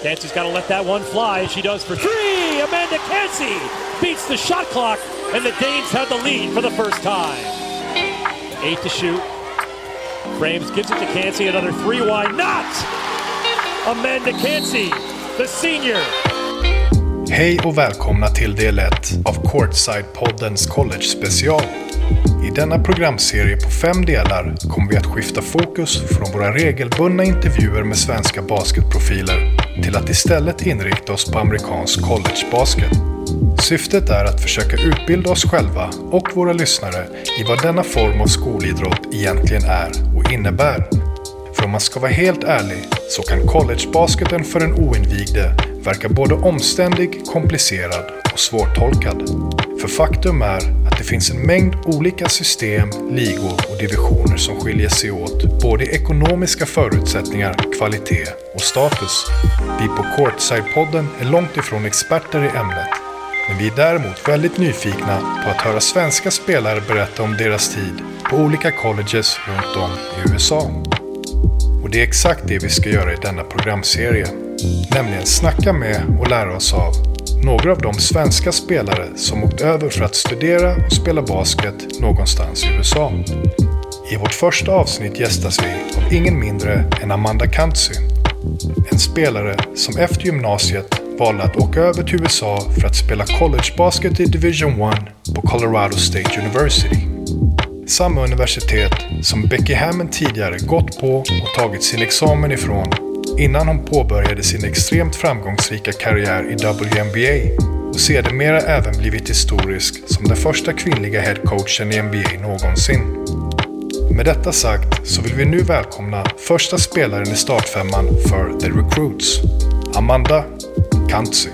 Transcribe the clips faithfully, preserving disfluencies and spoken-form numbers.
Cansey's got to let that one fly, as she does for three. Amanda Cansey beats the shot clock, and the Danes have the lead for the first time. Eight to shoot. Frames gives it to Cansey, another three. Why not? Amanda Cansey, the senior. Hej och välkomna till del ett av Courtside-poddens college-special. I denna programserie på fem delar kommer vi att skifta fokus från våra regelbundna intervjuer med svenska basketprofiler till att istället inrikta oss på amerikansk collegebasket. Syftet är att försöka utbilda oss själva och våra lyssnare i vad denna form av skolidrott egentligen är och innebär. För om man ska vara helt ärlig så kan collegebasketen för en oinvigde verka både omständig, komplicerad och svårtolkad. För faktum är att det finns en mängd olika system, ligor och divisioner som skiljer sig åt både i ekonomiska förutsättningar, kvalitet och status. Vi på Courtside-podden är långt ifrån experter i ämnet. Men vi är däremot väldigt nyfikna på att höra svenska spelare berätta om deras tid på olika colleges runt om i U S A. Och det är exakt det vi ska göra i denna programserie. Nämligen snacka med och lära oss av några av de svenska spelare som åkt över för att studera och spela basket någonstans i U S A. I vårt första avsnitt gästas vi av ingen mindre än Amanda Cansey. En spelare som efter gymnasiet valde att åka över till U S A för att spela collegebasket i Division ett på Colorado State University. Samma universitet som Becky Hammon tidigare gått på och tagit sin examen ifrån innan hon påbörjade sin extremt framgångsrika karriär i W N B A och sedermera även blivit historisk som den första kvinnliga headcoachen i N B A någonsin. Med detta sagt så vill vi nu välkomna första spelaren i startfemman för The Recruits, Amanda Cansey.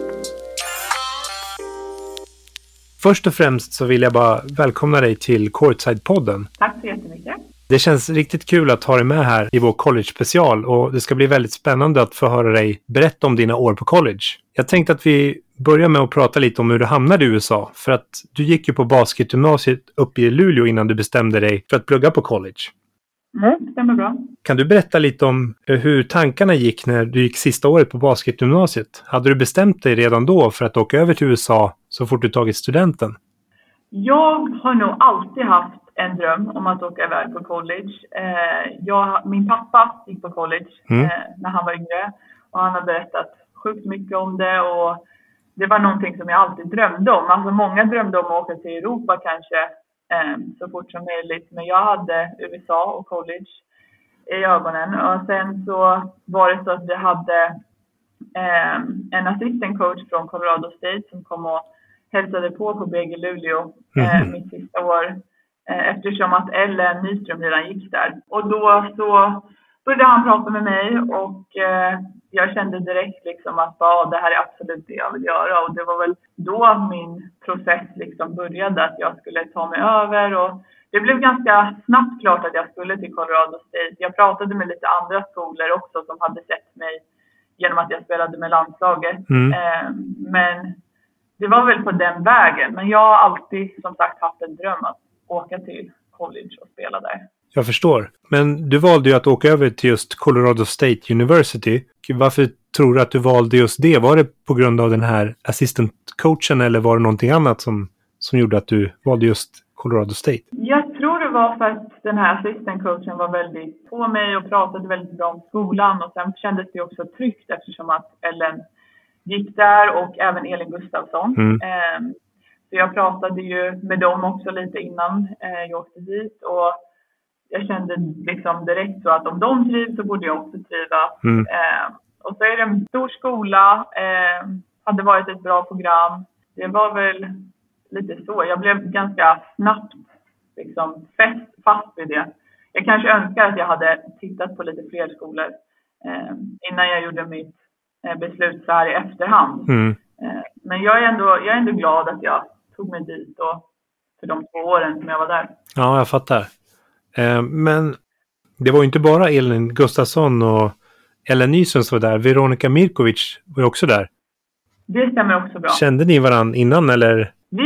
Först och främst så vill jag bara välkomna dig till Courtside-podden. Tack så jättemycket. Det känns riktigt kul att ha dig med här i vår college-special och det ska bli väldigt spännande att få höra dig berätta om dina år på college. Jag tänkte att vi börjar med att prata lite om hur du hamnade i U S A, för att du gick ju på basketgymnasiet uppe i Luleå innan du bestämde dig för att plugga på college. Mm, det stämmer bra. Kan du berätta lite om hur tankarna gick när du gick sista året på basketgymnasiet? Hade du bestämt dig redan då för att åka över till U S A så fort du tagit studenten? Jag har nog alltid haft en dröm om att åka iväg på college. Eh, jag, min pappa gick på college mm. eh, när han var yngre och han har berättat sjukt mycket om det och det var någonting som jag alltid drömde om. Alltså många drömde om att åka till Europa kanske eh, så fort som möjligt, men jag hade U S A och college i ögonen och sen så var det så att vi hade eh, en assistant coach från Colorado State som kom och hälsade på på B G Luleå eh, mm. mitt sista år. Eftersom att Ellen Nyström redan gick där. Och då så började han prata med mig och eh, jag kände direkt liksom att ah, det här är absolut det jag vill göra. Och det var väl då min process liksom började, att jag skulle ta mig över. Och det blev ganska snabbt klart att jag skulle till Colorado State. Jag pratade med lite andra skolor också som hade sett mig genom att jag spelade med landslaget. Mm. Eh, men det var väl på den vägen. Men jag har alltid som sagt haft en dröm att åka till college och spela där. Jag förstår. Men du valde ju att åka över till just Colorado State University. Varför tror du att du valde just det? Var det på grund av den här assistant coachen eller var det någonting annat som, som gjorde att du valde just Colorado State? Jag tror det var för att den här assistant coachen var väldigt på mig och pratade väldigt bra om skolan och sen kändes det också tryggt eftersom att Ellen gick där och även Elin Gustafsson. Mm. Um, Så jag pratade ju med dem också lite innan eh, jag åkte dit och jag kände liksom direkt så att om de trivs så borde jag också trivas. Mm. Eh, och så är det en stor skola, eh, hade varit ett bra program. Det var väl lite så. Jag blev ganska snabbt liksom fäst, fast vid det. Jag kanske önskar att jag hade tittat på lite fler skolor eh, innan jag gjorde mitt eh, beslut så här i efterhand. Mm. Eh, men jag är, ändå, jag är ändå glad att jag tog mig dit och för de två åren som jag var där. Ja, jag fattar. Eh, men det var ju inte bara Elin Gustafsson och Ellen Nyström som var där. Veronica Mirkovic var också där. Det stämmer också bra. Kände ni varann innan eller? Vi kände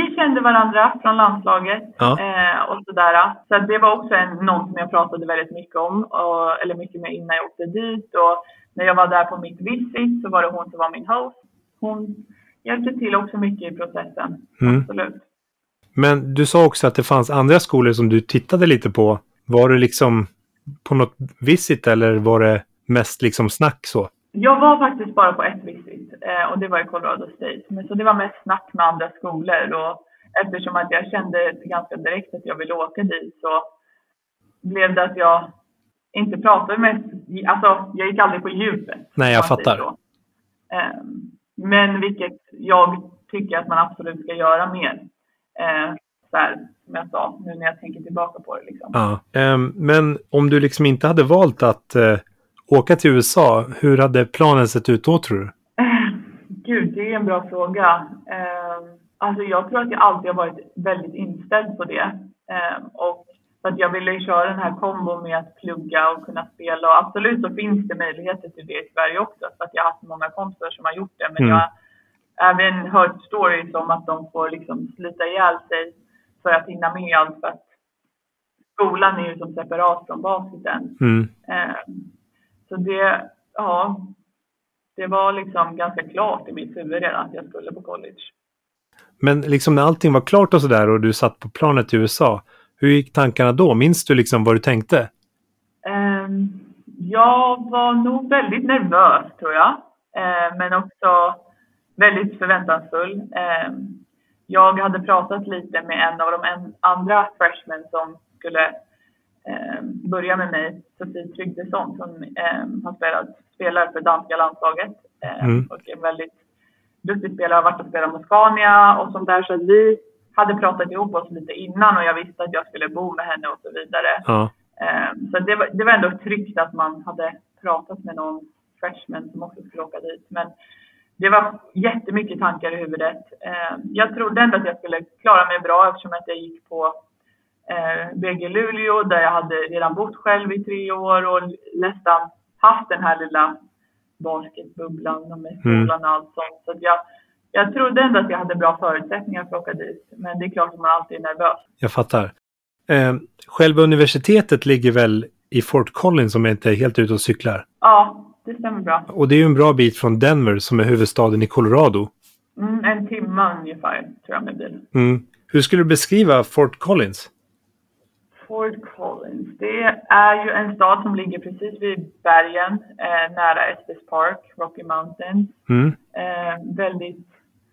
varandra från landslaget ja. eh, och sådär. Så att det var också en, något som jag pratade väldigt mycket om, och, eller mycket med innan jag åkte dit. Och när jag var där på mitt visit så var det hon som var min host. Hon hjälpte till också mycket i processen, mm. absolut. Men du sa också att det fanns andra skolor som du tittade lite på. Var det liksom på något visit eller var det mest liksom snack så? Jag var faktiskt bara på ett visit eh, och det var i Colorado State. Men så det var mest snack med andra skolor, och eftersom att jag kände ganska direkt att jag ville åka dit så blev det att jag inte pratade med, alltså jag gick aldrig på djupet. Nej, jag fattar. Eh, men vilket jag tycker att man absolut ska göra mer. Eh, så här, som jag sa, nu när jag tänker tillbaka på det liksom. Ja, eh, men om du liksom inte hade valt att eh, åka till U S A, hur hade planen sett ut då, tror du? Eh, gud, det är en bra fråga. Eh, alltså jag tror att jag alltid har varit väldigt inställd på det. Eh, och så att jag ville köra den här kombon med att plugga och kunna spela. Och absolut så finns det möjligheter till det i Sverige också. För att jag har haft många kompisar som har gjort det. Men mm. jag har även hört stories om att de får liksom slita ihjäl sig för att hinna med allt. För att skolan är ju som separat från basketen. Mm. Eh, så det, ja, det var liksom ganska klart i mitt huvud redan att jag skulle på college. Men liksom när allting var klart och sådär och du satt på planet till U S A, hur gick tankarna då? Minns du liksom vad du tänkte? Eh, jag var nog väldigt nervös, tror jag. Eh, men också väldigt förväntansfull. Eh, jag hade pratat lite med en av de en, andra freshmen som skulle eh, börja med mig, Sofie Trygdesson, som eh, har spelat, spelar för danska landslaget. Eh, mm. Och är väldigt duktig spelare, har varit och spelat mot Scania och sånt där. Så att vi hade pratat ihop oss lite innan och jag visste att jag skulle bo med henne och så vidare. Ja. Eh, så det var, det var ändå tryggt att man hade pratat med någon freshman som också skulle åka dit. Men det var jättemycket tankar i huvudet. Eh, jag trodde ändå att jag skulle klara mig bra eftersom att jag gick på eh, B G Luleå där jag hade redan bott själv i tre år och nästan haft den här lilla basketbubblan med skolan och allt sånt. Så att jag, jag trodde ändå att jag hade bra förutsättningar för att åka dit. Men det är klart att man alltid är nervös. Jag fattar. Eh, själva universitetet ligger väl i Fort Collins om jag inte är helt ute och cyklar? Ja, det stämmer bra. Och det är ju en bra bit från Denver som är huvudstaden i Colorado. Mm, en timme ungefär tror jag med bil. Mm. Hur skulle du beskriva Fort Collins? Fort Collins, det är ju en stad som ligger precis vid bergen eh, nära Estes Park, Rocky Mountains. Mm. Eh, väldigt,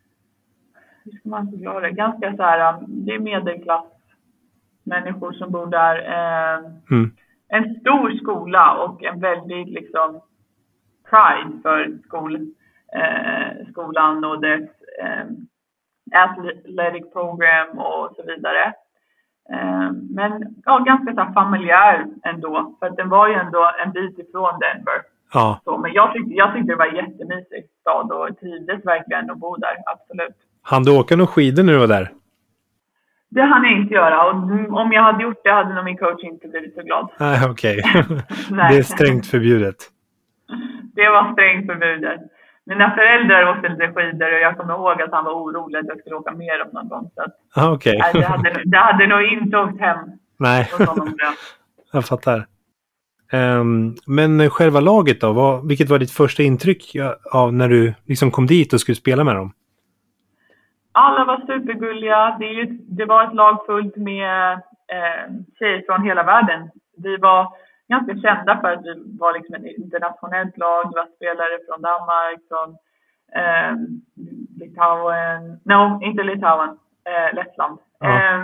hur ska man förklara det? Ganska så här, det är medelklass människor som bor där. Eh, mm. En stor skola och en väldigt liksom pride för skol, eh, skolan och dess eh, athletic program och så vidare. Eh, men ja, ganska så här familjär ändå. För att den var ju ändå en bit ifrån Denver. Ja. Så, men jag tyckte, jag tyckte det var en jättemysig stad och trivdes verkligen att bo där, absolut. Han du åka några skidor när du var där? Det hann jag inte göra. Och om jag hade gjort det hade nog min coach inte blivit så glad. Nej, okej. Okay. Det är strängt förbjudet. Det var strängt förbjudet. Mina föräldrar åkte lite skidor och jag kommer ihåg att han var orolig att jag skulle åka med dem någon gång. Så att, ah, okay. nej, det, hade, det hade nog inte åkt hem. Nej, jag fattar. Um, men själva laget då? Vad, vilket var ditt första intryck av när du liksom kom dit och skulle spela med dem? Alla var supergulliga. Det, är ju, det var ett lag fullt med eh, tjejer från hela världen. Vi var ganska kända för att vi var liksom ett internationellt lag. Det var spelare från Danmark, från eh, Litauen. No, inte Litauen. Eh, Lettland. Ja. Eh,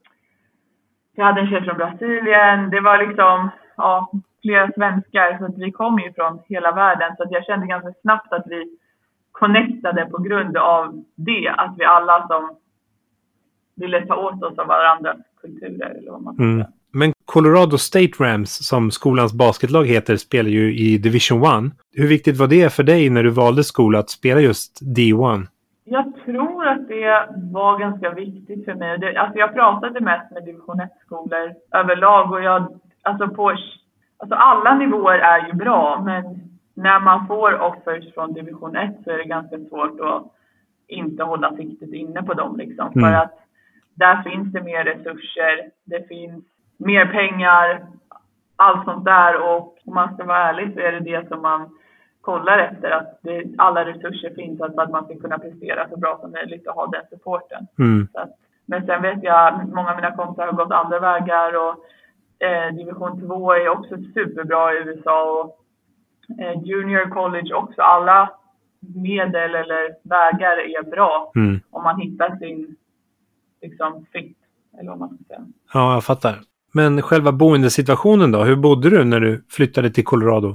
jag hade en tjej från Brasilien. Det var liksom ja, flera svenskar. Så att vi kom ju från hela världen. Så att jag kände ganska snabbt att vi connectade på grund av det. Att vi alla som ville ta åt oss av varandras kulturer. Eller vad man ska mm. Men Colorado State Rams, som skolans basketlag heter, spelar ju i Division one. Hur viktigt var det för dig när du valde skola att spela just D one? Jag tror att det var ganska viktigt för mig. Det, alltså jag pratade mest med Division ett-skolor överlag. Och jag, alltså på, alltså alla nivåer är ju bra, men när man får offers från Division ett så är det ganska svårt att inte hålla siktet inne på dem. Liksom. Mm. För att där finns det mer resurser, det finns mer pengar, allt sånt där. Och om man ska vara ärlig så är det det som man kollar efter, att det, alla resurser finns alltså att man ska kunna prestera så bra som möjligt och ha den supporten. Mm. Så att, men sen vet jag, många av mina kompisar har gått andra vägar och eh, division två är också superbra i U S A och eh, junior college också. Alla medel eller vägar är bra mm. om man hittar sin liksom fit, eller vad man ska säga. Ja, jag fattar. Men själva boendesituationen då? Hur bodde du när du flyttade till Colorado?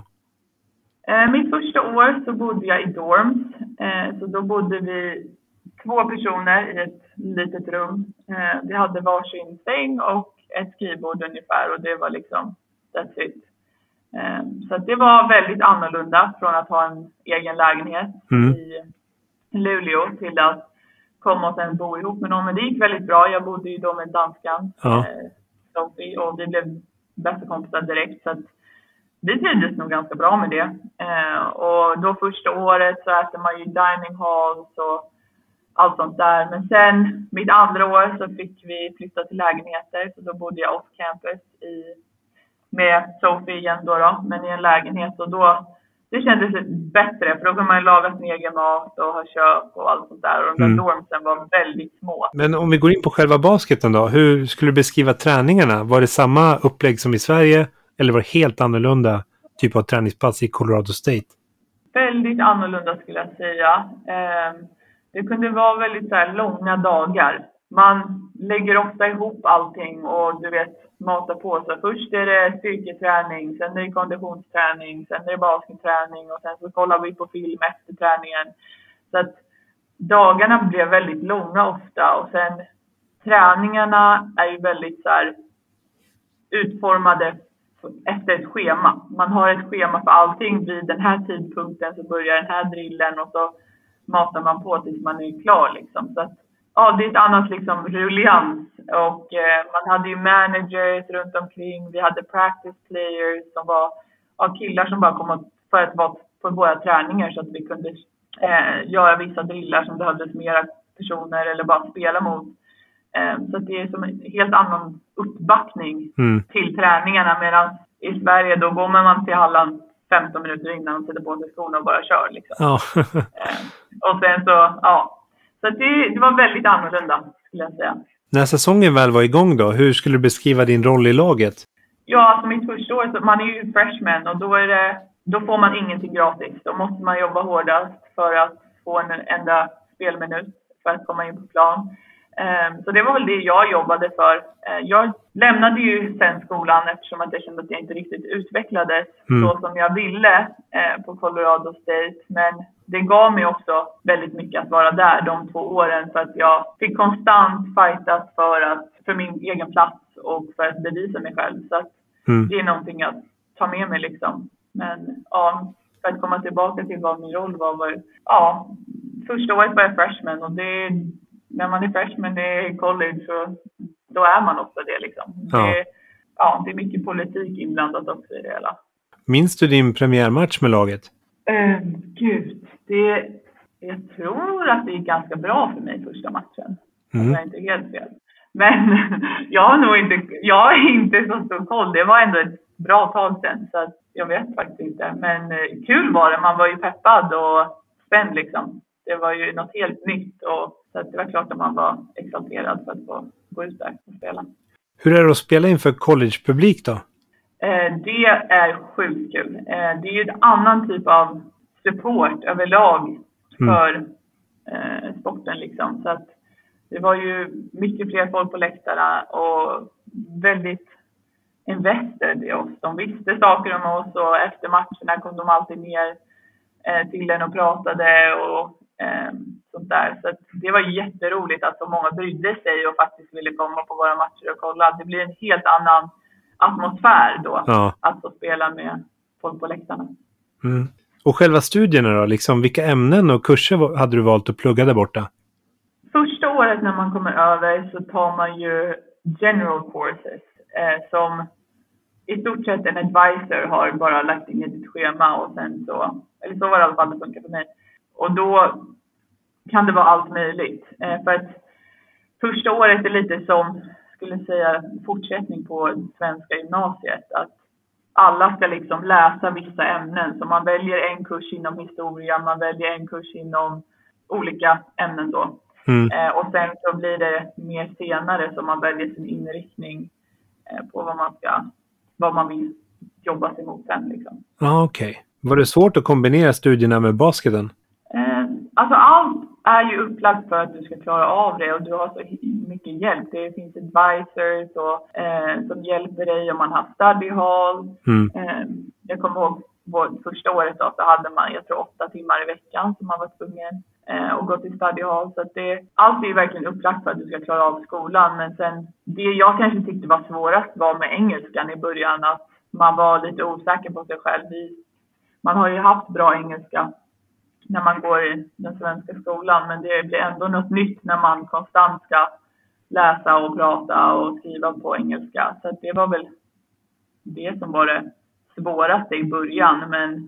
Eh, mitt första år så bodde jag i dorms. Eh, så då bodde vi två personer i ett litet rum. Eh, vi hade varsin säng och ett skrivbord ungefär och det var liksom that's it. Eh, så att det var väldigt annorlunda från att ha en egen lägenhet mm. i Luleå till att komma och sen bo ihop med någon. Men det gick väldigt bra. Jag bodde ju då med danskan, ja. eh, Sophie, och vi blev bästa kompisar direkt. Så att vi trivdes nog ganska bra med det. Eh, och då första året så äter man ju dining halls och allt sånt där. Men sen, mitt andra år så fick vi flytta till lägenheter. Så då bodde jag off campus i, med Sophie igen då, då, men i en lägenhet. Och då, det kändes bättre, för då kunde man laga sin egen mat och ha kök och allt sånt där. Och de mm. dormsen var väldigt små. Men om vi går in på själva basketen då, hur skulle du beskriva träningarna? Var det samma upplägg som i Sverige? Eller var det helt annorlunda typ av träningspass i Colorado State? Väldigt annorlunda skulle jag säga. Det kunde vara väldigt så här långa dagar. Man lägger ofta ihop allting och du vet, matar på sig. Först är det styrketräning, sen är det konditionsträning, sen är det basketträning och sen så kollar vi på film efter träningen. Så att dagarna blev väldigt långa ofta och sen träningarna är ju väldigt så här utformade efter ett schema. Man har ett schema för allting. Vid den här tidpunkten så börjar den här drillen och så matar man på tills man är klar liksom. Så att, ja, det är ett annat liksom rullians. Och eh, man hade ju managers runt omkring. Vi hade practice players som var ja, killar som bara kom för att vara på våra träningar så att vi kunde eh, göra vissa drillar som behövdes mera personer eller bara spela mot. Så det är som en helt annan uppbackning mm. till träningarna. Medan i Sverige då går man till hallen femton minuter innan och sätter på sig skorna och bara kör. Liksom. Ja. Och sen så, ja. Så det, det var väldigt annorlunda skulle jag säga. När säsongen väl var igång då, hur skulle du beskriva din roll i laget? Ja, alltså mitt första år, så man är ju freshman och då, är det, då får man ingenting gratis. Då måste man jobba hårdast för att få en enda spelminut för att komma in på plan. Så det var väl det jag jobbade för. Jag lämnade ju sen skolan eftersom att jag kände att jag inte riktigt utvecklades mm. så som jag ville på Colorado State. Men det gav mig också väldigt mycket att vara där de två åren. För att jag fick konstant fightas för, att, för min egen plats och för att bevisa mig själv. Så att mm. det är någonting att ta med mig liksom. Men ja, för att komma tillbaka till vad min roll var. var ja, första året var jag freshman och det när man är freshman i college så då är man också det liksom. Ja. Det, ja, det är mycket politik inblandat också i det hela. Minns du din premiärmatch med laget? Uh, gud, det, jag tror att det gick ganska bra för mig första matchen. Mm. Jag är inte helt fel. Men jag har nog inte, jag har inte så stor koll. Det var ändå ett bra tag sedan så att jag vet faktiskt inte. Men uh, kul var det, man var ju peppad och spänd liksom. Det var ju något helt nytt och så att det var klart att man var exalterad för att få gå ut där och spela. Hur är det att spela inför college-publik då? Eh, det är sjukt kul. Eh, det är ju en annan typ av support överlag för mm. eh, sporten liksom. Så att det var ju mycket fler folk på läktarna och väldigt invested i oss. De visste saker om oss och efter matcherna kom de alltid ner eh, till en och pratade och sånt där. Så det var jätteroligt att så många brydde sig och faktiskt ville komma på våra matcher och kolla. Det blir en helt annan atmosfär då ja. Att få spela med folk på läktarna. Mm. Och själva studierna då? Liksom, vilka ämnen och kurser hade du valt att plugga där borta? Första året när man kommer över så tar man ju general courses eh, som i stort sett en advisor har bara lagt in i ditt schema och sen så, eller så var det i alla fall det funkar för mig. Och då kan det vara allt möjligt. Eh, för att första året är lite som, skulle säga, fortsättning på svenska gymnasiet. Att alla ska liksom läsa vissa ämnen. Så man väljer en kurs inom historia, man väljer en kurs inom olika ämnen då. Mm. Eh, och sen så blir det mer senare som man väljer sin inriktning eh, på vad man ska, vad man vill jobba sig mot sen liksom. Ja, ah, okej. Okay. Var det svårt att kombinera studierna med basketen? Eh, alltså allt är ju upplagt för att du ska klara av det och du har så mycket hjälp. Det finns advisors och, eh, som hjälper dig om man har study hall. Mm. Eh, jag kommer ihåg vårt första året då, så hade man, jag tror, åtta timmar i veckan som man var tvungen eh, att gå till study hall. Så att det, allt är ju verkligen upplagt för att du ska klara av skolan. Men sen, det jag kanske tyckte var svårast var med engelskan i början, att man var lite osäker på sig själv. Man har ju haft bra engelska när man går i den svenska skolan, men det blir ändå något nytt när man konstant ska läsa och prata och skriva på engelska. Så det var väl det som var det svåraste i början, men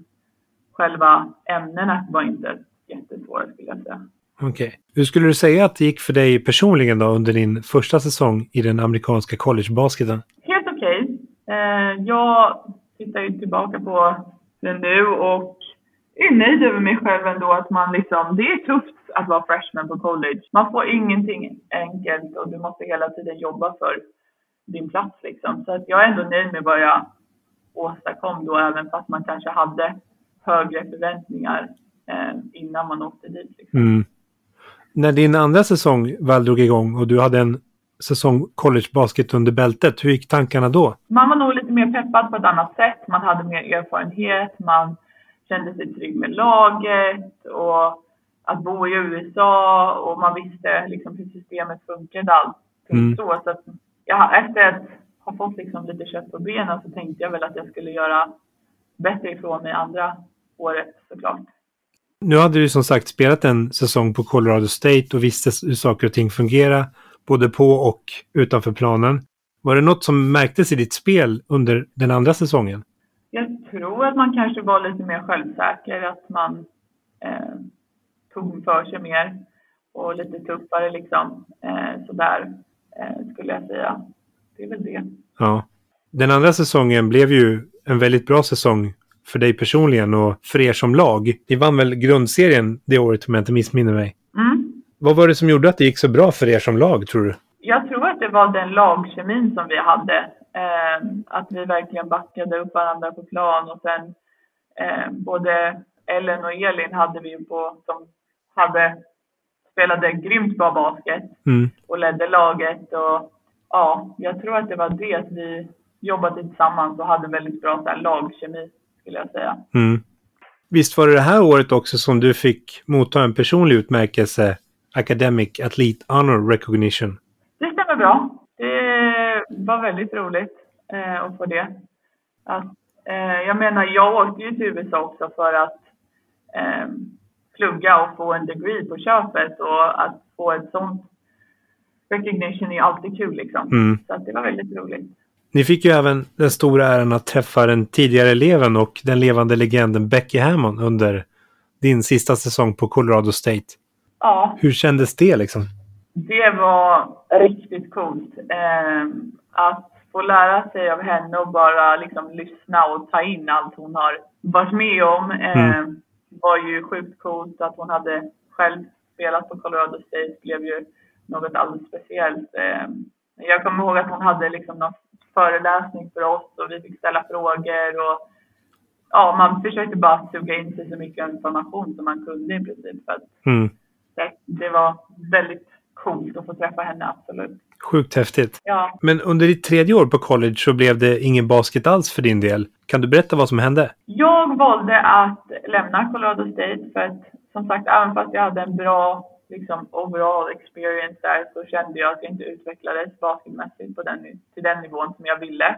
själva ämnena var inte jättesvåra, skulle jag säga. Okej. Okay. Hur skulle du säga att det gick för dig personligen då under din första säsong i den amerikanska collegebasketen? Helt okej. Okay. Eh, jag tittar ju tillbaka på det nu och är nöjd över mig själv ändå, att man liksom, det är tufft att vara freshman på college. Man får ingenting enkelt och du måste hela tiden jobba för din plats liksom. Så att jag är ändå nöjd med vad jag åstadkom då, även fast man kanske hade högre förväntningar eh, innan man åkte dit liksom. Mm. När din andra säsong väl drog igång och du hade en säsong collegebasket under bältet, hur gick tankarna då? Man var nog lite mer peppad på ett annat sätt. Man hade mer erfarenhet, man kände sig trygg med laget och att bo i U S A, och man visste liksom hur systemet funkade allt. Mm. Så, så att, ja, efter att ha fått liksom lite kött på benen så tänkte jag väl att jag skulle göra bättre ifrån mig andra året såklart. Nu hade du som sagt spelat en säsong på Colorado State och visste hur saker och ting fungerar både på och utanför planen. Var det något som märktes i ditt spel under den andra säsongen? Jag tror att man kanske var lite mer självsäker, att man eh, tog för sig mer och lite tuffare liksom. Eh, sådär eh, skulle jag säga. Det är väl det. Ja. Den andra säsongen blev ju en väldigt bra säsong för dig personligen och för er som lag. Ni vann väl grundserien det året om jag inte missminner mig. Mm. Vad var det som gjorde att det gick så bra för er som lag, tror du? Jag tror att det var den lagkemin som vi hade. Eh, att vi verkligen backade upp varandra på plan, och sen eh, både Ellen och Elin hade vi på, som hade spelade grymt bra basket mm. och ledde laget. Och ja, jag tror att det var det att vi jobbade tillsammans och hade väldigt bra så här, lagkemi, skulle jag säga. Mm. Visst var det det här året också som du fick motta en personlig utmärkelse, Academic Athlete Honor Recognition? Det stämmer bra. Det var väldigt roligt eh, att få det. Att, eh, jag menar, jag åkte ju till U S A också för att eh, plugga och få en degree på köpet, och att få ett sånt recognition är alltid kul liksom. Mm. Så att det var väldigt roligt. Ni fick ju även den stora äran att träffa den tidigare eleven och den levande legenden Becky Hammon under din sista säsong på Colorado State. Ja. Hur kändes det liksom? Det var riktigt coolt. Eh, att få lära sig av henne och bara liksom lyssna och ta in allt hon har varit med om. Eh, mm. var ju sjukt coolt. Att hon hade själv spelat på Colorado State blev ju något alldeles speciellt. Eh, jag kommer ihåg att hon hade liksom någon föreläsning för oss och vi fick ställa frågor, och ja, man försökte bara suga in sig så mycket information som man kunde i princip. För att mm. det, det var väldigt coolt att få träffa henne, absolut. Sjukt häftigt. Ja. Men under ditt tredje år på college så blev det ingen basket alls för din del. Kan du berätta vad som hände? Jag valde att lämna Colorado State för att, som sagt, även fast jag hade en bra liksom, overall experience där, så kände jag att jag inte utvecklades basketmässigt på den, till den nivån som jag ville.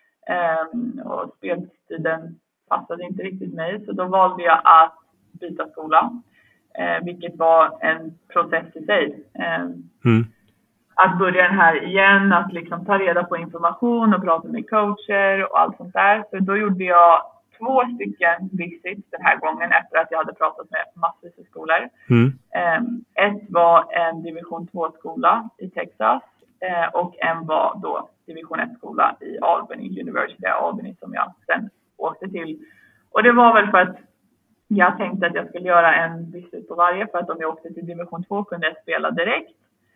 Um, och speltiden passade inte riktigt mig, så då valde jag att byta skola. Uh, vilket var en process i sig. Um, mm. Att börja den här igen, att liksom ta reda på information och prata med coacher och allt sånt där. Så då gjorde jag två stycken visits den här gången efter att jag hade pratat med massor av skolor. Mm. Ett var en division två-skola i Texas och en var då division ett-skola i Albany, University of Albany, som jag sen åkte till. Och det var väl för att jag tänkte att jag skulle göra en visit på varje, för att om jag åkte till division två kunde jag spela direkt.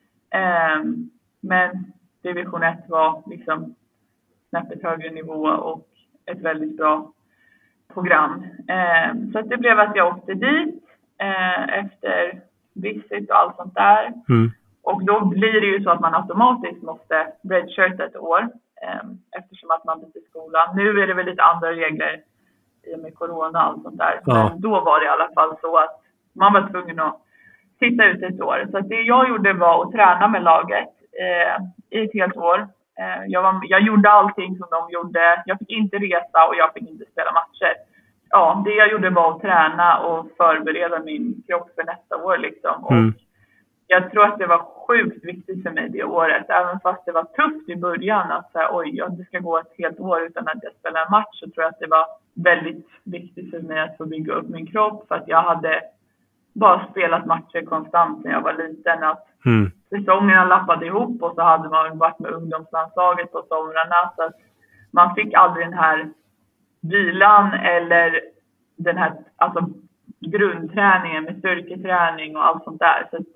Men division ett var liksom snäppet högre nivå och ett väldigt bra program. Så att det blev att jag åkte dit efter visit och allt sånt där. Mm. Och då blir det ju så att man automatiskt måste redshirta ett år eftersom att man byter skola. Nu är det väl lite andra regler i och med corona och allt sånt där. Ja. Men då var det i alla fall så att man var tvungen att sitta ut ett år. Så att det jag gjorde var att träna med laget eh, i ett helt år. Eh, jag, var, jag gjorde allting som de gjorde. Jag fick inte resa och jag fick inte spela matcher. Ja, det jag gjorde var att träna och förbereda min kropp för nästa år liksom. Och mm. jag tror att det var sjukt viktigt för mig det året. Även fast det var tufft i början att säga, oj, ja, det ska gå ett helt år utan att jag spelar en match. Så tror jag att det var väldigt viktigt för mig att få bygga upp min kropp. För att jag hade bara spelat matcher konstant när jag var liten. Att mm. säsongerna lappade ihop och så hade man varit med ungdomslandslaget på somrarna. Så att man fick aldrig den här vilan eller den här alltså, grundträningen med styrketräning och allt sånt där. Så att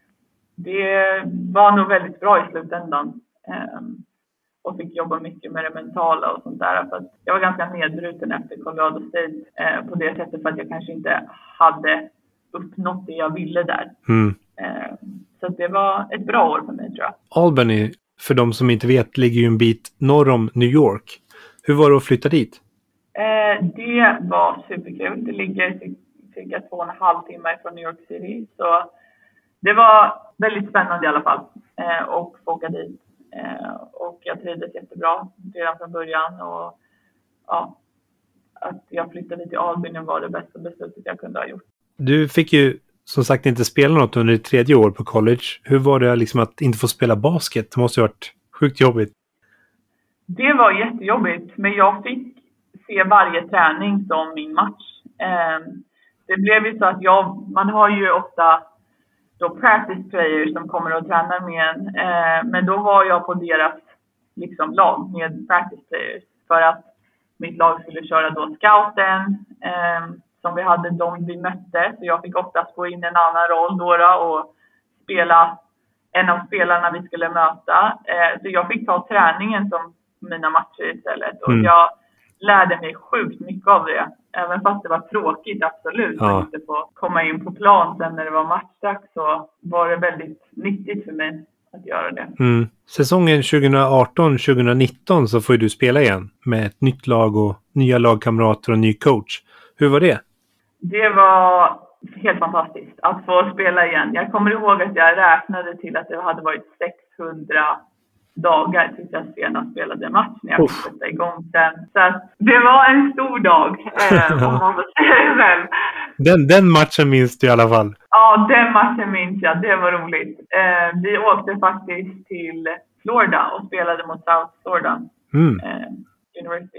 det var nog väldigt bra i slutändan. Um, och fick jobba mycket med det mentala och sånt där. För att jag var ganska nedbruten efter Colorado State uh, på det sättet för att jag kanske inte hade uppnått det jag ville där. Mm. Uh, så att det var ett bra år för mig, tror jag. Albany, för de som inte vet, ligger ju en bit norr om New York. Hur var det att flytta dit? Uh, det var superkul. Det ligger cirka två och en halv timme från New York City. Så det var väldigt spännande i alla fall eh, och få åka dit. Eh, och jag trivdes jättebra redan från början. Och ja, att jag flyttade till Albany var det bästa beslutet jag kunde ha gjort. Du fick ju som sagt inte spela något under ditt tredje år på college. Hur var det liksom att inte få spela basket? Det måste ha varit sjukt jobbigt. Det var jättejobbigt, men jag fick se varje träning som min match. Eh, det blev ju så att jag, man har ju ofta då practice players som kommer och tränar med en. Eh, men då var jag på deras liksom, lag med practice players. För att mitt lag skulle köra då scouten eh, som vi hade de vi mötte. Så jag fick oftast gå in i en annan roll då, då och spela en av spelarna vi skulle möta. Eh, så jag fick ta träningen som mina matcher istället. Och mm. jag lärde mig sjukt mycket av det. Även fast det var tråkigt, absolut. Ja. Att inte få komma in på plan sen när det var matchdags, så var det väldigt nyttigt för mig att göra det. Mm. Säsongen tjugo arton tjugo nitton så får du spela igen med ett nytt lag och nya lagkamrater och ny coach. Hur var det? Det var helt fantastiskt att få spela igen. Jag kommer ihåg att jag räknade till att det hade varit sexhundra dagar tills jag senast spelade match när jag fick sätta igång den. Så att det var en stor dag, eh, om man får säga det själv. Den, den matchen minns du i alla fall? Ja, den matchen minns jag. Det var roligt. Eh, vi åkte faktiskt till Florida och spelade mot South Florida mm. eh, University.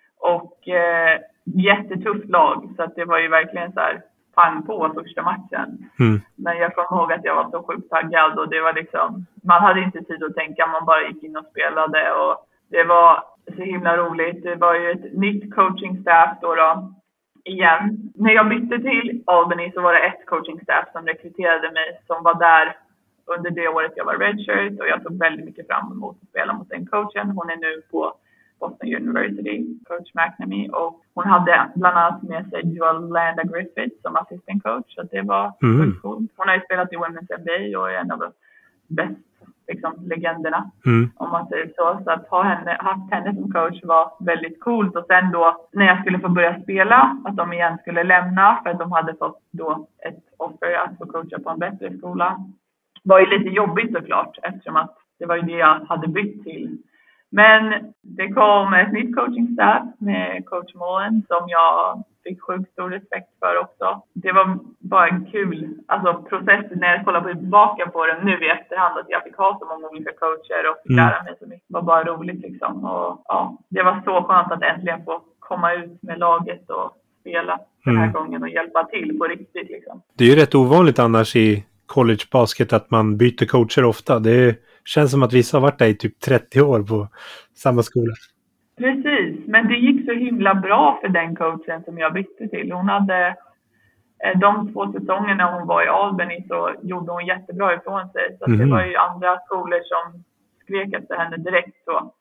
Och eh, jättetufft lag, så att det var ju verkligen så här pang på första matchen. Mm. Men jag kommer ihåg att jag var så sjukt taggad och det var liksom, man hade inte tid att tänka, man bara gick in och spelade och det var så himla roligt. Det var ju ett nytt coaching staff då då, igen. När jag bytte till Albany så var det ett coaching staff som rekryterade mig som var där under det året jag var redshirt och jag såg väldigt mycket fram emot att spela mot den coachen. Hon är nu på Boston University, coach McNamee, och hon hade bland annat med sig Yolanda Griffith som assistant coach, så det var mm. sjukt coolt. Hon har ju spelat i Women's N B A och är en av de bästa liksom, legenderna, mm. om man säger så. Så att ha henne, haft henne som coach var väldigt coolt. Och sen då, när jag skulle få börja spela, att de igen skulle lämna för att de hade fått då ett offer att få coacha på en bättre skola, var ju lite jobbigt såklart, eftersom att det var ju det jag hade bytt till. Men det kom ett nytt coaching staff med coach Mullen som jag fick sjukt stor respekt för också. Det var bara en kul alltså, process när jag kollar tillbaka på det nu i efterhand, att jag fick ha så många olika coacher och fick lära mig så mycket. Det var bara roligt liksom. Och, ja, det var så skönt att äntligen få komma ut med laget och spela den här Mm. gången och hjälpa till på riktigt liksom. Det är ju rätt ovanligt annars i college basket att man byter coacher ofta. Det känns som att vissa har varit där i typ trettio år på samma skola. Precis, men det gick så himla bra för den coachen som jag bytte till. Hon hade eh, de två säsongerna hon var i Albany så gjorde hon jättebra ifrån sig. Så att det Mhm. var ju andra skolor som skrek efter henne direkt så.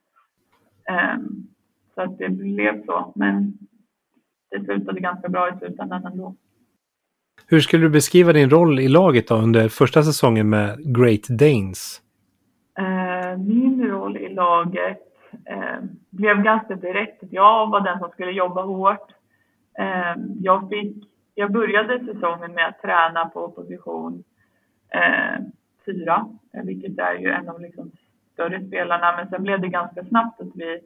Ehm, så att det blev så, men det slutade ganska bra i slutändan ändå. Hur skulle du beskriva din roll i laget då under första säsongen med Great Danes? Eh, min roll i laget eh, blev ganska direkt att jag var den som skulle jobba hårt. Eh, jag, fick, jag började säsongen med att träna på position eh, fyra, eh, vilket är ju en av liksom större spelarna. Men sen blev det ganska snabbt att vi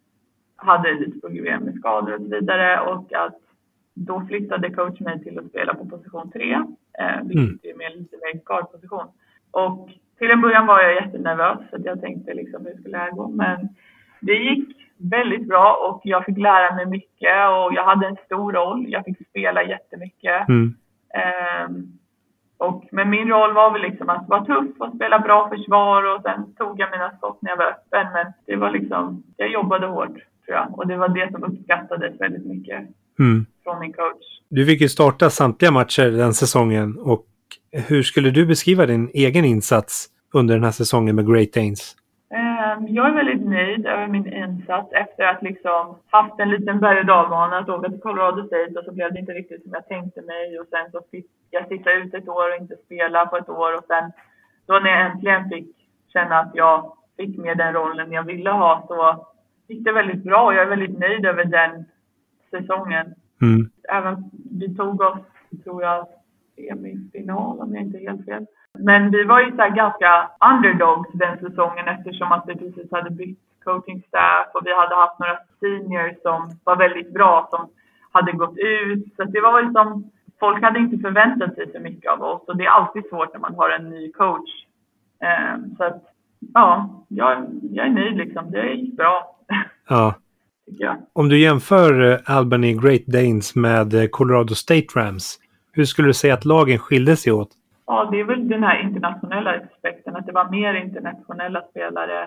hade lite problem med skador och så vidare. Och att då flyttade coach mig till att spela på position tre, eh, vilket är mer lite mer guardposition. Och till en början var jag jättenervös för att jag tänkte liksom hur skulle det gå. Men det gick väldigt bra och jag fick lära mig mycket och jag hade en stor roll. Jag fick spela jättemycket. Mm. Um, och, men min roll var väl liksom att vara tuff och spela bra försvar och sen tog jag mina skott när jag var öppen. Men det var liksom, jag jobbade hårt tror jag och det var det som uppskattades väldigt mycket Mm. från min coach. Du fick ju starta samtliga matcher den säsongen och hur skulle du beskriva din egen insats under den här säsongen med Great Danes? Um, jag är väldigt nöjd över min insats efter att liksom haft en liten berg- och dalbana att åka till Colorado State och så blev det inte riktigt som jag tänkte mig och sen så fick jag sitta ut ett år och inte spela på ett år och sen då när jag äntligen fick känna att jag fick med den rollen jag ville ha så gick det väldigt bra och jag är väldigt nöjd över den säsongen. Mm. Även vi tog oss, tror jag, semifinal om jag inte är helt fel. Men vi var ju så här ganska underdogs den säsongen eftersom att vi precis hade bytt coaching staff och vi hade haft några seniors som var väldigt bra som hade gått ut. Så det var väl som, folk hade inte förväntat sig så mycket av oss och det är alltid svårt när man har en ny coach. Um, så att, ja, jag, jag är nöjd liksom. Det gick bra. Ja. Tycker jag. Om du jämför Albany Great Danes med Colorado State Rams, hur skulle du säga att lagen skilde sig åt? Ja, det är väl den här internationella aspekten, att det var mer internationella spelare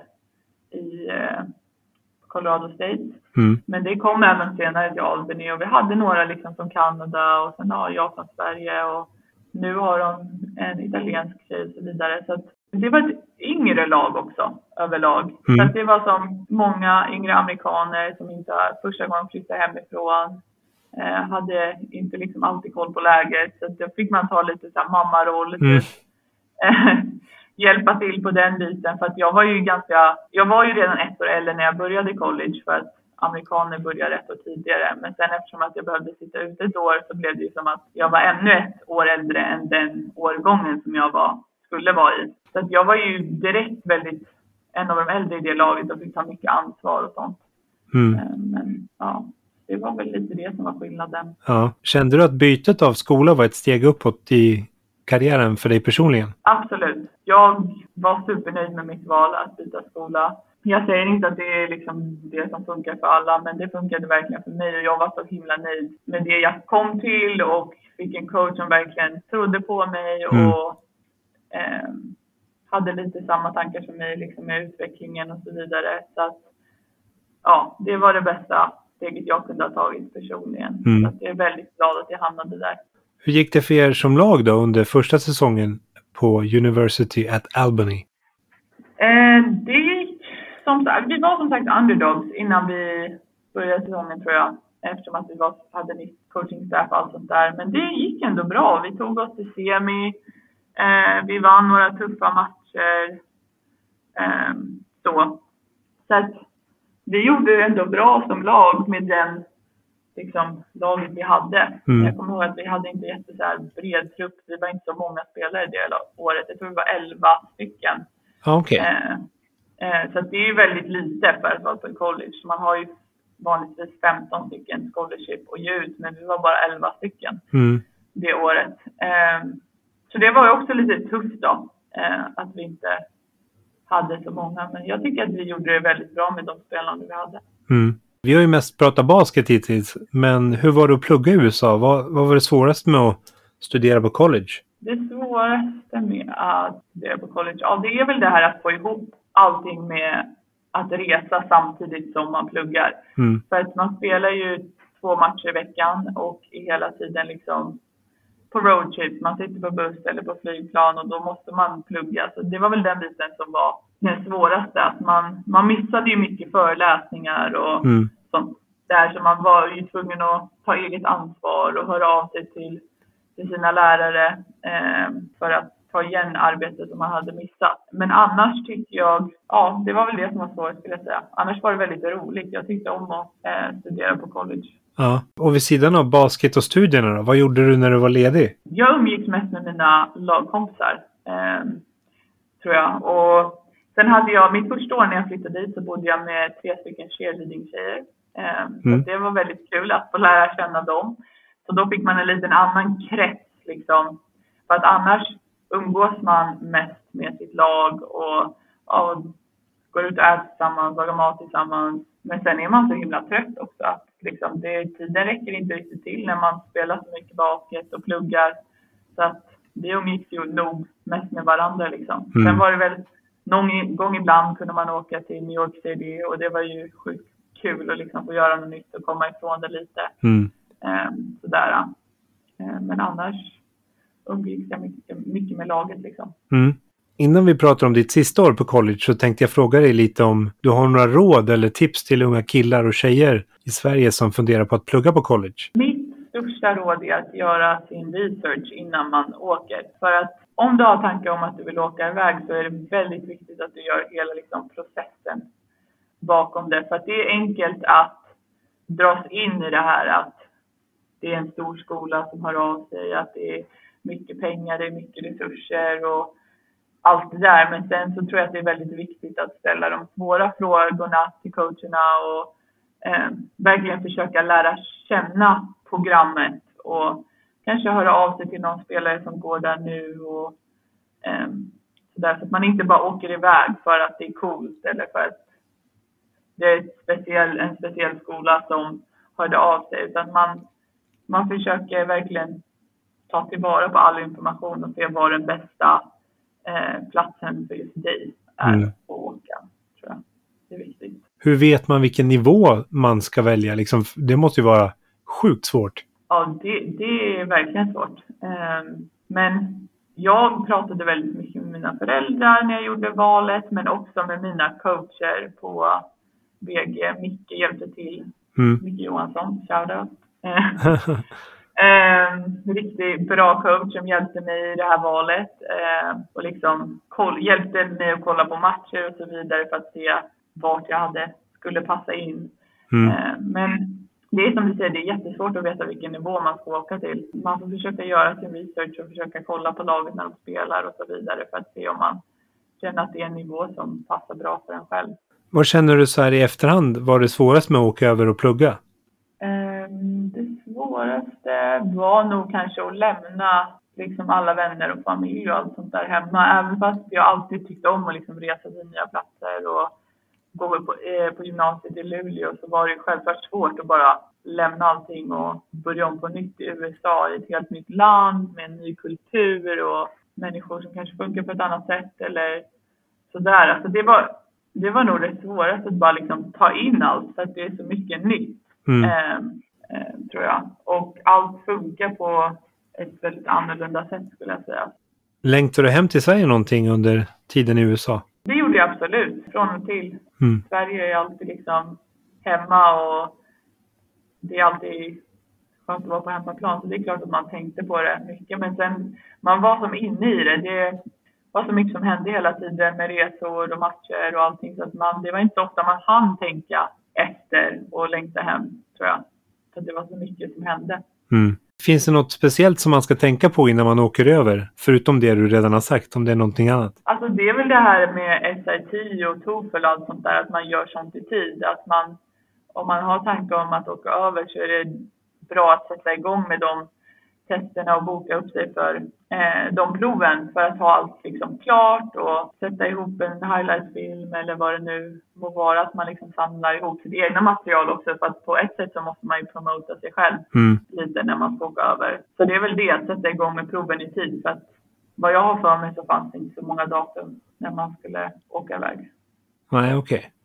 i eh, Colorado State. Mm. Men det kom även senare till Albany och vi hade några liksom från Kanada och sen har jag från Sverige och nu har de en italiensk tjej och så vidare. Så att det var ett yngre lag också överlag. Mm. Så att det var som många yngre amerikaner som inte första gången flyttade hemifrån. Eh, hade inte liksom alltid koll på läget. Så att då fick man ta lite så här mammaroll. Mm. Eh, hjälpa till på den biten. För att jag var ju ganska, jag var ju redan ett år äldre när jag började college. För att amerikaner började ett år tidigare. Men sen eftersom att jag behövde sitta ute ett år så blev det ju som att jag var ännu ett år äldre än den årgången som jag var, skulle vara i. Så att jag var ju direkt väldigt en av de äldre i det laget och fick ta mycket ansvar och sånt. Mm. Eh, men ja. Det var väl lite det som var skillnaden. Ja. Kände du att bytet av skola var ett steg uppåt i karriären för dig personligen? Absolut. Jag var supernöjd med mitt val att byta skola. Jag säger inte att det är liksom det som funkar för alla, men det funkade verkligen för mig och jag var så himla nöjd med det jag kom till och fick en coach som verkligen trodde på mig och Mm. eh, hade lite samma tankar som mig liksom med utvecklingen och så vidare. Så att ja, det var det bästa steget jag kunde ha tagit personligen. Mm. Så att jag är väldigt glad att jag hamnade där. Hur gick det för er som lag då under första säsongen på University at Albany? Eh, det gick som sagt, vi var som sagt underdogs innan vi började säsongen tror jag. Eftersom att vi var, hade nytt coaching staff och allt sånt där. Men det gick ändå bra. Vi tog oss till semi. Eh, vi vann några tuffa matcher. Eh, så. Så att vi gjorde det ändå bra som lag med den liksom, laget vi hade. Mm. Jag kommer ihåg att vi hade inte jätte så här bred trupp. Vi var inte så många spelare det året. Jag tror vi var elva stycken. Ja, okej. Okay. Eh, eh, så att det är ju väldigt lite för att vara på college. Man har ju vanligtvis femton stycken scholarship och ge ut. Men vi var bara elva stycken Mm. det året. Eh, så det var ju också lite tufft då. Eh, att vi inte hade så många. Men jag tycker att vi gjorde det väldigt bra med de spelarna vi hade. Mm. Vi har ju mest pratat basket hittills, men hur var det att plugga i U S A? Vad, vad var det svåraste med att studera på college? Det svåraste med att studera på college, ja, det är väl det här att få ihop allting med att resa samtidigt som man pluggar. Mm. För att man spelar ju två matcher i veckan och är hela tiden liksom på roadtrip. Man sitter på buss eller på flygplan och då måste man plugga. Så det var väl den biten som var den svåraste. Att man, man missade ju mycket föreläsningar och mm. sånt där. Så man var ju tvungen att ta eget ansvar och höra av sig till, till sina lärare eh, för att ta igen arbetet som man hade missat. Men annars tyckte jag, ja, det var väl det som var svårt skulle jag säga. Annars var det väldigt roligt. Jag tyckte om att eh, studera på college. Ja, och vid sidan av basket och studierna då, vad gjorde du när du var ledig? Jag umgicks mest med mina lagkompisar, eh, tror jag. Och sen hade jag, mitt första år när jag flyttade dit så bodde jag med tre stycken cheerleading-tjejer. Eh, mm. Så det var väldigt kul att få lära känna dem. Så då fick man en liten annan krets liksom. För att annars umgås man mest med sitt lag och, och går ut och äter tillsammans, lagar mat tillsammans. Men sen är man så himla trött också att liksom, det, tiden räcker inte riktigt till när man spelar så mycket basket och pluggar. Så att vi umgicks ju nog mest med varandra liksom. Mm. Sen var det väl någon gång ibland kunde man åka till New York City och det var ju sjukt kul att liksom få göra något nytt och komma ifrån det lite. Mm. Um, sådär. Um, men annars umgicks jag mycket, mycket med laget liksom. Mm. Innan vi pratar om ditt sista år på college så tänkte jag fråga dig lite om du har några råd eller tips till unga killar och tjejer i Sverige som funderar på att plugga på college. Mitt största råd är att göra sin research innan man åker. För att om du har tankar om att du vill åka iväg så är det väldigt viktigt att du gör hela liksom, processen bakom det. För att det är enkelt att dras in i det här att det är en stor skola som hör av sig, att det är mycket pengar, det är mycket resurser och allt det där. Men sen så tror jag att det är väldigt viktigt att ställa de svåra frågorna till coacherna och eh, verkligen försöka lära känna programmet och kanske höra av sig till någon spelare som går där nu och eh, så där, så att man inte bara åker iväg för att det är coolt eller för att det är ett speciell, en speciell skola som hörde av sig, utan man, man försöker verkligen ta tillvara på all information och se vad den bästa eh, platsen för just dig är mm. att åka, tror jag. Det är viktigt. Hur vet man vilken nivå man ska välja? Liksom, det måste ju vara sjukt svårt. Ja, det, det är verkligen svårt. Um, men jag pratade väldigt mycket med mina föräldrar när jag gjorde valet, men också med mina coacher på V G. Micke hjälpte till. Mm. Micke Johansson, shoutout. Um, riktigt bra coach som hjälpte mig i det här valet uh, och liksom koll, hjälpte mig att kolla på matcher och så vidare för att se vart jag hade, skulle passa in. Mm. Uh, men det är som du säger, det är jättesvårt att veta vilken nivå man ska åka till. Man får försöka göra sin research och försöka kolla på laget när de spelar och så vidare för att se om man känner att det är en nivå som passar bra för en själv. Vad känner du så här i efterhand var det svårast med att åka över och plugga? Um, det svåraste var nog kanske att lämna liksom alla vänner och familj och allt sånt där hemma. Även fast jag alltid tyckte om att liksom resa till nya platser och gå på, eh, på gymnasiet i Luleå, så var det självklart svårt att bara lämna allting och börja om på nytt i U S A, i ett helt nytt land med en ny kultur och människor som kanske funkar på ett annat sätt eller sådär. Alltså det var, det var nog det svåraste att bara liksom ta in allt för att det är så mycket nytt. Mm. Eh, eh, tror jag. Och allt funkar på ett väldigt annorlunda sätt skulle jag säga. Längtar du hem till Sverige någonting under tiden i U S A? Det gjorde jag absolut, från och till. Mm. Sverige är alltid liksom hemma och det är alltid skönt att vara på hemmaplan. Så det är klart att man tänkte på det mycket. Men sen, man var som inne i det. Det var så mycket som hände hela tiden med resor och matcher och allting. Så att man, det var inte ofta man hann tänka efter och längta hem, tror jag. Så det var så mycket som hände. Mm. Finns det något speciellt som man ska tänka på innan man åker över? Förutom det du redan har sagt, om det är någonting annat. Alltså det är väl det här med S I T och TOEFL och allt sånt där. Att man gör sånt i tid. Att man, om man har tankar om att åka över så är det bra att sätta igång med de testerna och boka upp sig för eh, de proven för att ha allt liksom klart och sätta ihop en highlightfilm eller vad det nu må vara, att man liksom samlar ihop sitt egna material också, för att på ett sätt så måste man ju promota sig själv mm. lite när man ska åka över. Så det är väl det, att sätta igång med proven i tid, för att vad jag har för mig så fanns det inte så många datum när man skulle åka iväg. Nej, okej. Okay.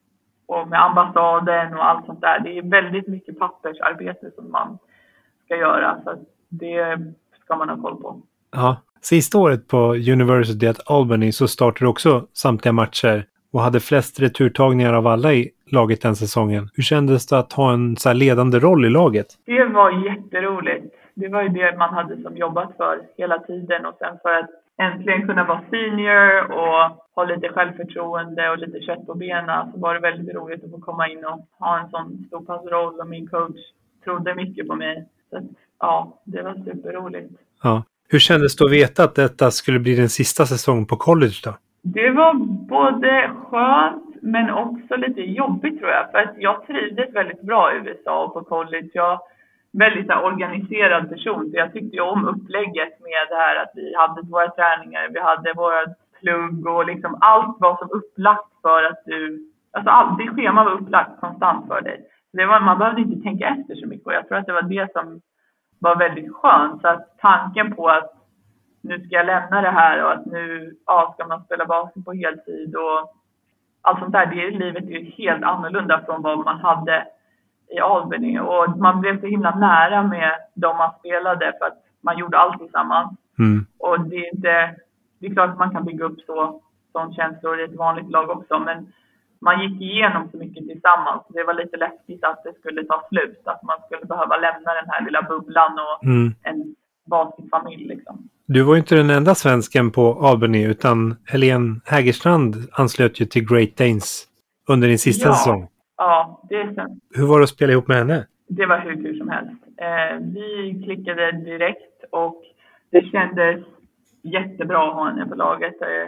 Och med ambassaden och allt sånt där. Det är väldigt mycket pappersarbete som man ska göra. Så det ska man ha koll på. Ja. Sista året på University at Albany så startade du också samtliga matcher och hade flest returtagningar av alla i laget den säsongen. Hur kändes det att ha en så här ledande roll i laget? Det var jätteroligt. Det var ju det man hade som jobbat för hela tiden. Och sen för att äntligen kunna vara senior och ha lite självförtroende och lite kött på benen, så var det väldigt roligt att få komma in och ha en sån stor pass roll, och min coach trodde mycket på mig. Så att, ja, det var superroligt. Ja. Hur kändes det att veta att detta skulle bli din sista säsong på college då? Det var både skönt men också lite jobbigt, tror jag. För att jag trivdes väldigt bra i U S A och på college. Jag väldigt så här, organiserad person. Så jag tyckte ju om upplägget med det här att vi hade våra träningar, vi hade våra plugg och liksom allt var som upplagt för att du... Alltså allt, det schema var upplagt konstant för dig. Det var, man behövde inte tänka efter så mycket, och jag tror att det var det som var väldigt skönt. Så att tanken på att nu ska jag lämna det här och att nu ja, ska man spela basket på heltid och allt sånt där, det livet är ju helt annorlunda från vad man hade i Albany, och man blev så himla nära med de man spelade för att man gjorde allt tillsammans. Mm. Och det är inte, det är klart att man kan bygga upp så sån känslor i ett vanligt lag också, men man gick igenom så mycket tillsammans. Det var lite läskigt att det skulle ta slut, att man skulle behöva lämna den här lilla bubblan och mm. en basketfamilj liksom. Du var ju inte den enda svensken på Albany, utan Helene Hägerstrand anslöt ju till Great Danes under din sista ja. säsong. Ja, det är sant. Hur var det att spela ihop med henne? Det var hur kul som helst. Eh, vi klickade direkt och det kändes jättebra att ha henne på laget. Eh,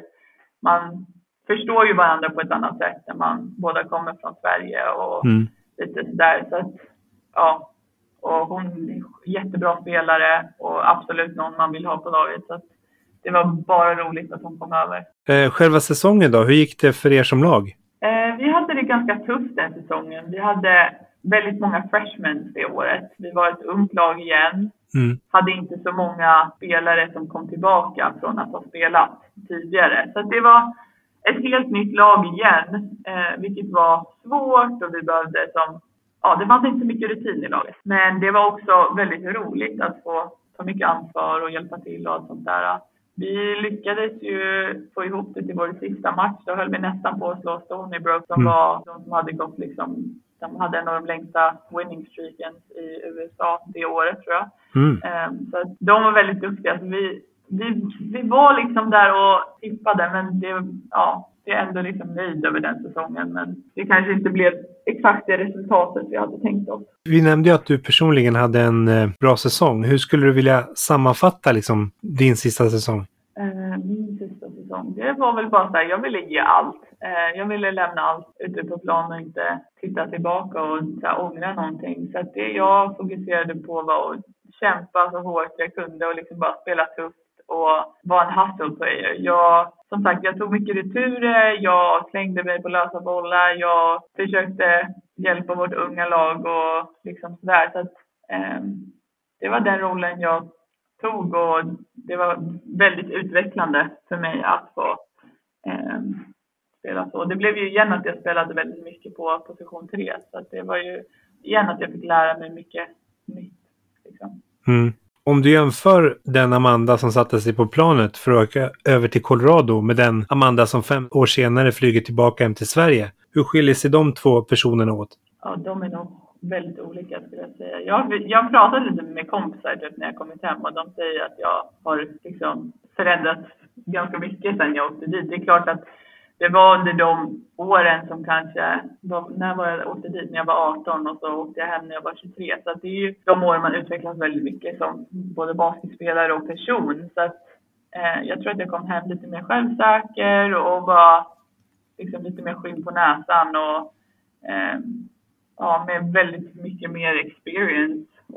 man förstår ju varandra på ett annat sätt när man båda kommer från Sverige och mm. lite sådär. Så att, ja. Och hon är jättebra spelare och absolut någon man vill ha på laget. Så att det var bara roligt att hon kom över. Eh, själva säsongen då, hur gick det för er som lag? Eh, vi hade det ganska tufft den säsongen. Vi hade väldigt många freshmen det året. Vi var ett ungt lag igen. Mm. Hade inte så många spelare som kom tillbaka från att ha spelat tidigare. Så det var ett helt nytt lag igen. Eh, vilket var svårt, och vi behövde som... Ja, det fanns inte så mycket rutin i laget. Men det var också väldigt roligt att få ta mycket ansvar och hjälpa till och allt sånt där. Vi lyckades ju få ihop det till vår sista match. Då höll vi nästan på att slå Stony Brook, som mm. var de som hade gått liksom... De hade en av de längsta winning streaken i U S A det året, tror jag. Mm. Um, så de var väldigt duktiga. Så vi, vi, vi var liksom där och tippade, men det, ja, det är ändå liksom nöjd över den säsongen. Men det kanske inte blev exakt det resultatet vi hade tänkt oss. Vi nämnde ju att du personligen hade en eh, bra säsong. Hur skulle du vilja sammanfatta liksom, din sista säsong? Uh, min sista säsong, det var väl bara så här, jag ville ge allt. Uh, jag ville lämna allt ute på plan och inte titta tillbaka och så här, ångra någonting. Så att det jag fokuserade på var att kämpa så hårt jag kunde och liksom bara spela tufft och vara en hustle player. Jag, som sagt, jag tog mycket returer, jag slängde mig på lösa bollar, jag försökte hjälpa vårt unga lag och liksom sådär. Så att um, det var den rollen jag tog, och det var väldigt utvecklande för mig att få eh, spela så. Det blev ju igen att jag spelade väldigt mycket på position tre, så att det var ju igen att jag fick lära mig mycket nytt. Liksom. Mm. Om du jämför den Amanda som satte sig på planet för att åka över till Colorado med den Amanda som fem år senare flyger tillbaka hem till Sverige, hur skiljer sig de två personerna åt? Ja, de är nog väldigt olika, skulle jag säga. Jag, jag pratade lite med kompisar typ, när jag kommit hem, och de säger att jag har liksom förändrats ganska mycket sedan jag åkte dit. Det är klart att det var under de åren som kanske, när var jag åkte dit? När jag var arton, och så åkte jag hem när jag var tjugotre. Så att det är ju de åren man utvecklas väldigt mycket som både basketspelare och person. Så att eh, jag tror att jag kom hem lite mer självsäker och var liksom lite mer skinn på näsan och eh, ja, med väldigt mycket mer experience och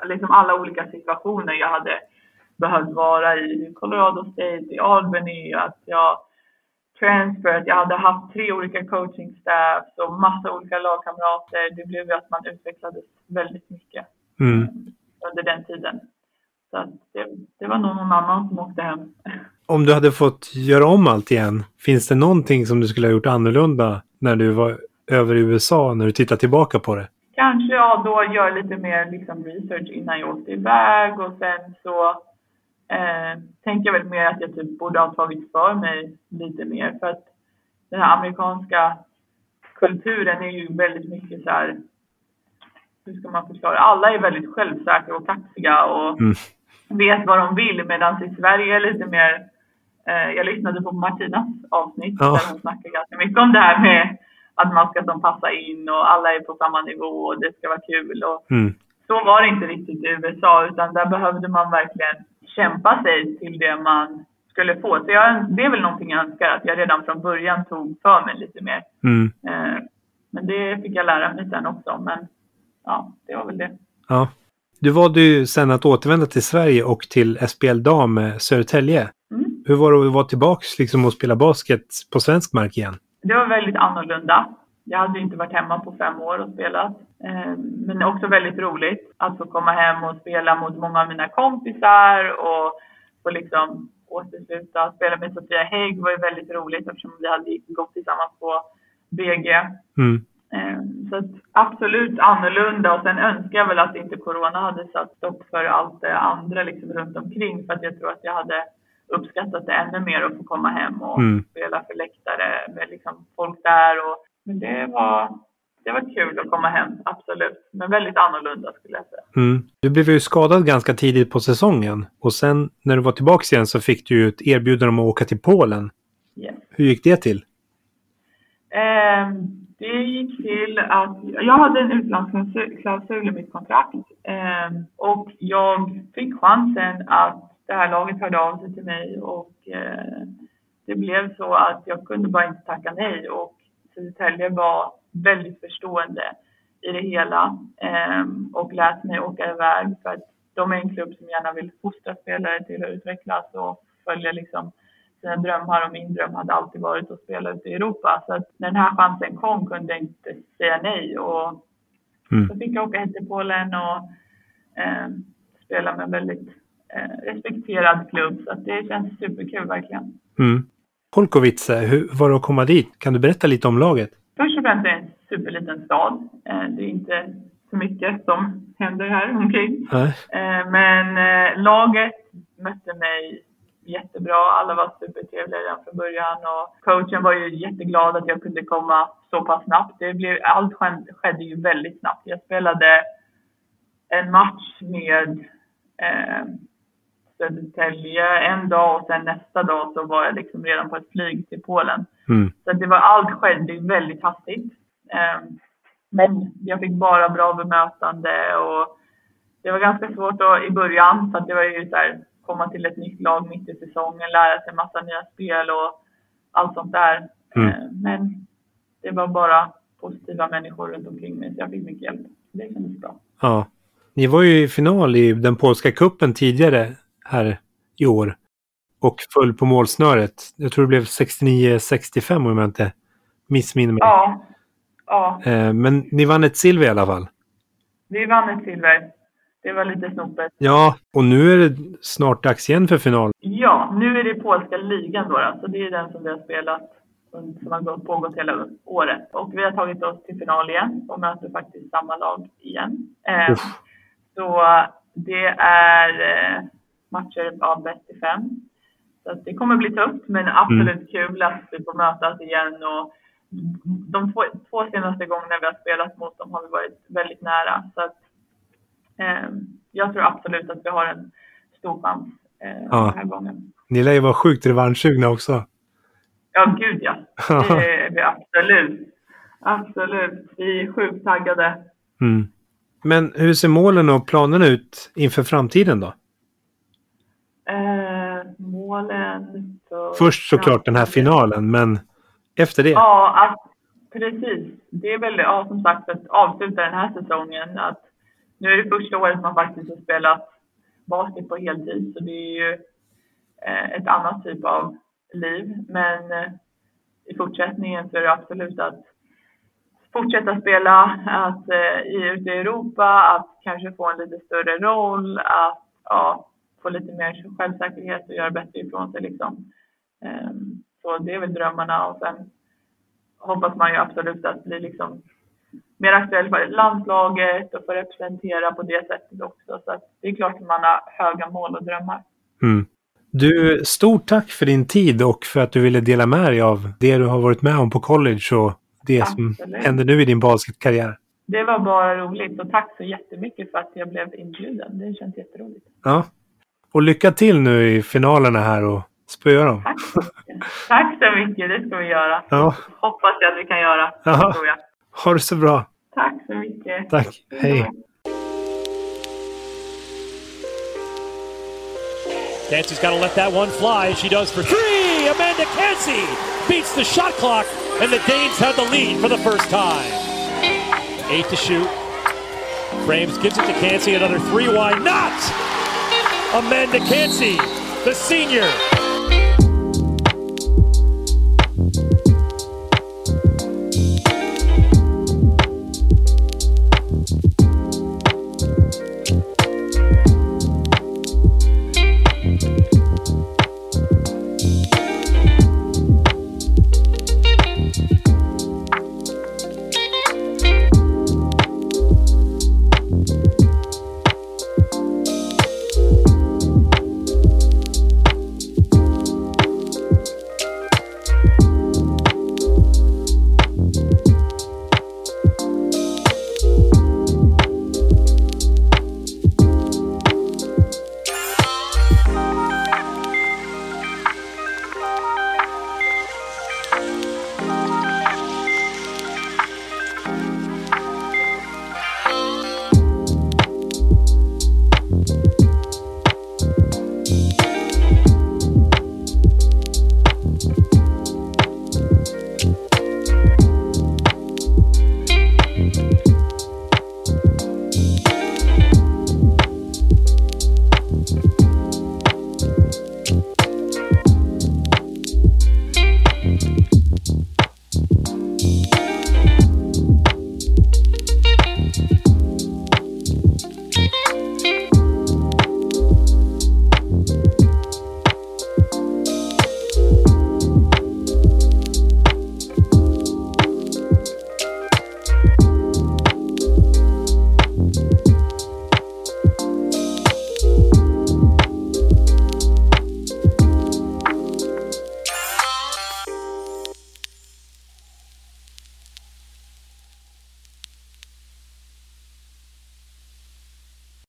liksom alla olika situationer jag hade behövt vara i. Colorado State, i Albany, att jag transferat, jag hade haft tre olika coaching staffs och massa olika lagkamrater. Det blev ju att man utvecklades väldigt mycket mm. under den tiden. Så att det, det var nog någon annan som åkte hem. Om du hade fått göra om allt igen, finns det någonting som du skulle ha gjort annorlunda när du var över i U S A, när du tittar tillbaka på det? Kanske ja, då gör lite mer liksom research innan jag åkte iväg, och sen så eh, tänker jag väl mer att jag typ borde ha tagit för mig lite mer, för att den här amerikanska kulturen är ju väldigt mycket så här, hur ska man förklara, alla är väldigt självsäkra och kaxiga och mm. vet vad de vill, medan i Sverige är lite mer, eh, jag lyssnade på Martinas avsnitt ja. där hon snackade ganska mycket om det här med att man ska som passa in och alla är på samma nivå och det ska vara kul. Och mm. så var det inte riktigt i U S A, utan där behövde man verkligen kämpa sig till det man skulle få. Så jag, det är väl någonting jag önskar, att jag redan från början tog för mig lite mer. Mm. Eh, men det fick jag lära mig sen också. Men ja, det var väl det. Ja. Du valde ju sen att återvända till Sverige och till S P L Dam med Södertälje. Mm. Hur var det att vara tillbaka liksom, och spela basket på svensk mark igen? Det var väldigt annorlunda. Jag hade inte varit hemma på fem år och spelat. Men också väldigt roligt att få komma hem och spela mot många av mina kompisar. Och få liksom återsluta spela med Sofia Hägg var ju väldigt roligt, eftersom vi hade gått tillsammans på B G. Mm. Så att absolut annorlunda. Och sen önskar jag väl att inte corona hade satt stopp för allt det andra liksom runt omkring. För att jag tror att jag hade uppskattat det ännu mer att få komma hem och mm. spela för läktare med liksom folk där. Och, men det var, det var kul att komma hem, absolut. Men väldigt annorlunda skulle jag säga. Mm. Du blev ju skadad ganska tidigt på säsongen. Och sen när du var tillbaka igen så fick du ju ett erbjudande om att åka till Polen. Yes. Hur gick det till? Eh, det gick till att jag hade en utlandsklausul i mitt kontrakt. Eh, och jag fick chansen att det här laget hörde av sig till mig, och eh, det blev så att jag kunde bara inte tacka nej, och Södertälje var väldigt förstående i det hela eh, och lät mig åka iväg, för att de är en klubb som gärna vill fostra spelare till att utvecklas och följa liksom sina drömmar, och min dröm hade alltid varit att spela ute i Europa. Så att när den här chansen kom kunde jag inte säga nej, och mm. så fick jag åka hit till Polen och eh, spela med väldigt eh, respekterad klubb. Så att det känns superkul verkligen. Mm. Polkowice, hur var det att komma dit? Kan du berätta lite om laget? Först och främst är det en superliten stad. Eh, det är inte så mycket som händer här omkring. Mm. Eh, men eh, laget mötte mig jättebra. Alla var supertrevliga redan från början, och coachen var ju jätteglad att jag kunde komma så pass snabbt. Det blev, allt skedde ju väldigt snabbt. Jag spelade en match med eh, Södertälje en dag, och sen nästa dag så var jag liksom redan på ett flyg till Polen. Mm. Så det var, allt skedde väldigt hastigt. Eh, men jag fick bara bra bemötande, och det var ganska svårt då i början, så att det var ju så här, komma till ett nytt lag mitt i säsongen, lära sig massa nya spel och allt sånt där. Mm. Men det var bara positiva människor runt omkring mig, så jag fick mycket hjälp. Det kändes bra. Ja. Ni var ju i final i den polska kuppen tidigare här i år och föll på målsnöret. Jag tror det blev sextionio sextiofem om jag inte missminner mig. Ja. ja. Men ni vann ett silver i alla fall. Vi vann ett silver. Det var lite snopet. Ja, och nu är det snart dags igen för final. Ja, nu är det polska ligan då. Så det är den som vi har spelat, som har pågått hela året. Och vi har tagit oss till final igen och möter faktiskt samma lag igen. Eh, så det är eh, matcher av bäst till fem. Så det kommer bli tufft, men absolut mm. kul att vi får mötas igen. Och de två, två senaste gångerna vi har spelat mot dem har vi varit väldigt nära. Så att jag tror absolut att vi har en stor chans eh, ja. den här gången. Ni lär ju vara sjukt revanschsugna också. Ja, gud ja. Det är vi absolut. Absolut. Vi är sjukt taggade. Mm. Men hur ser målen och planerna ut inför framtiden då? Eh, målen... För Först såklart den här finalen, men efter det? Ja, att, precis. Det är väl, ja, som sagt, att avsluta den här säsongen. Att nu är det första året man faktiskt har spelat basket på heltid, så det är ju eh, ett annat typ av liv. Men eh, i fortsättningen så är det absolut att fortsätta spela, att eh, i ute i Europa, att kanske få en lite större roll, att ja, få lite mer självsäkerhet och göra bättre ifrån sig liksom. Eh, så det är väl drömmarna, och sen hoppas man ju absolut att bli liksom mer aktuell för landslaget och få representera på det sättet också. Så att det är klart att man har höga mål och drömmar. Mm. Du, stort tack för din tid och för att du ville dela med dig av det du har varit med om på college och det Absolut. som händer nu i din basketkarriär. Det var bara roligt, och tack så jättemycket för att jag blev inbjuden. Det känns jätteroligt. Ja, och lycka till nu i finalerna här och spöa dem. Tack så mycket. Tack så mycket, det ska vi göra. Ja. Hoppas jag att vi kan göra. Aha. Tror jag. Ha det så bra. Tack så mycket. Tack, hej. Cansey's got to let that one fly. She does for three. Amanda Cansey beats the shot clock, and the Danes have the lead for the first time. Eight to shoot. Frames gives it to Cansey. Another three. Why not? Amanda Cansey, the senior,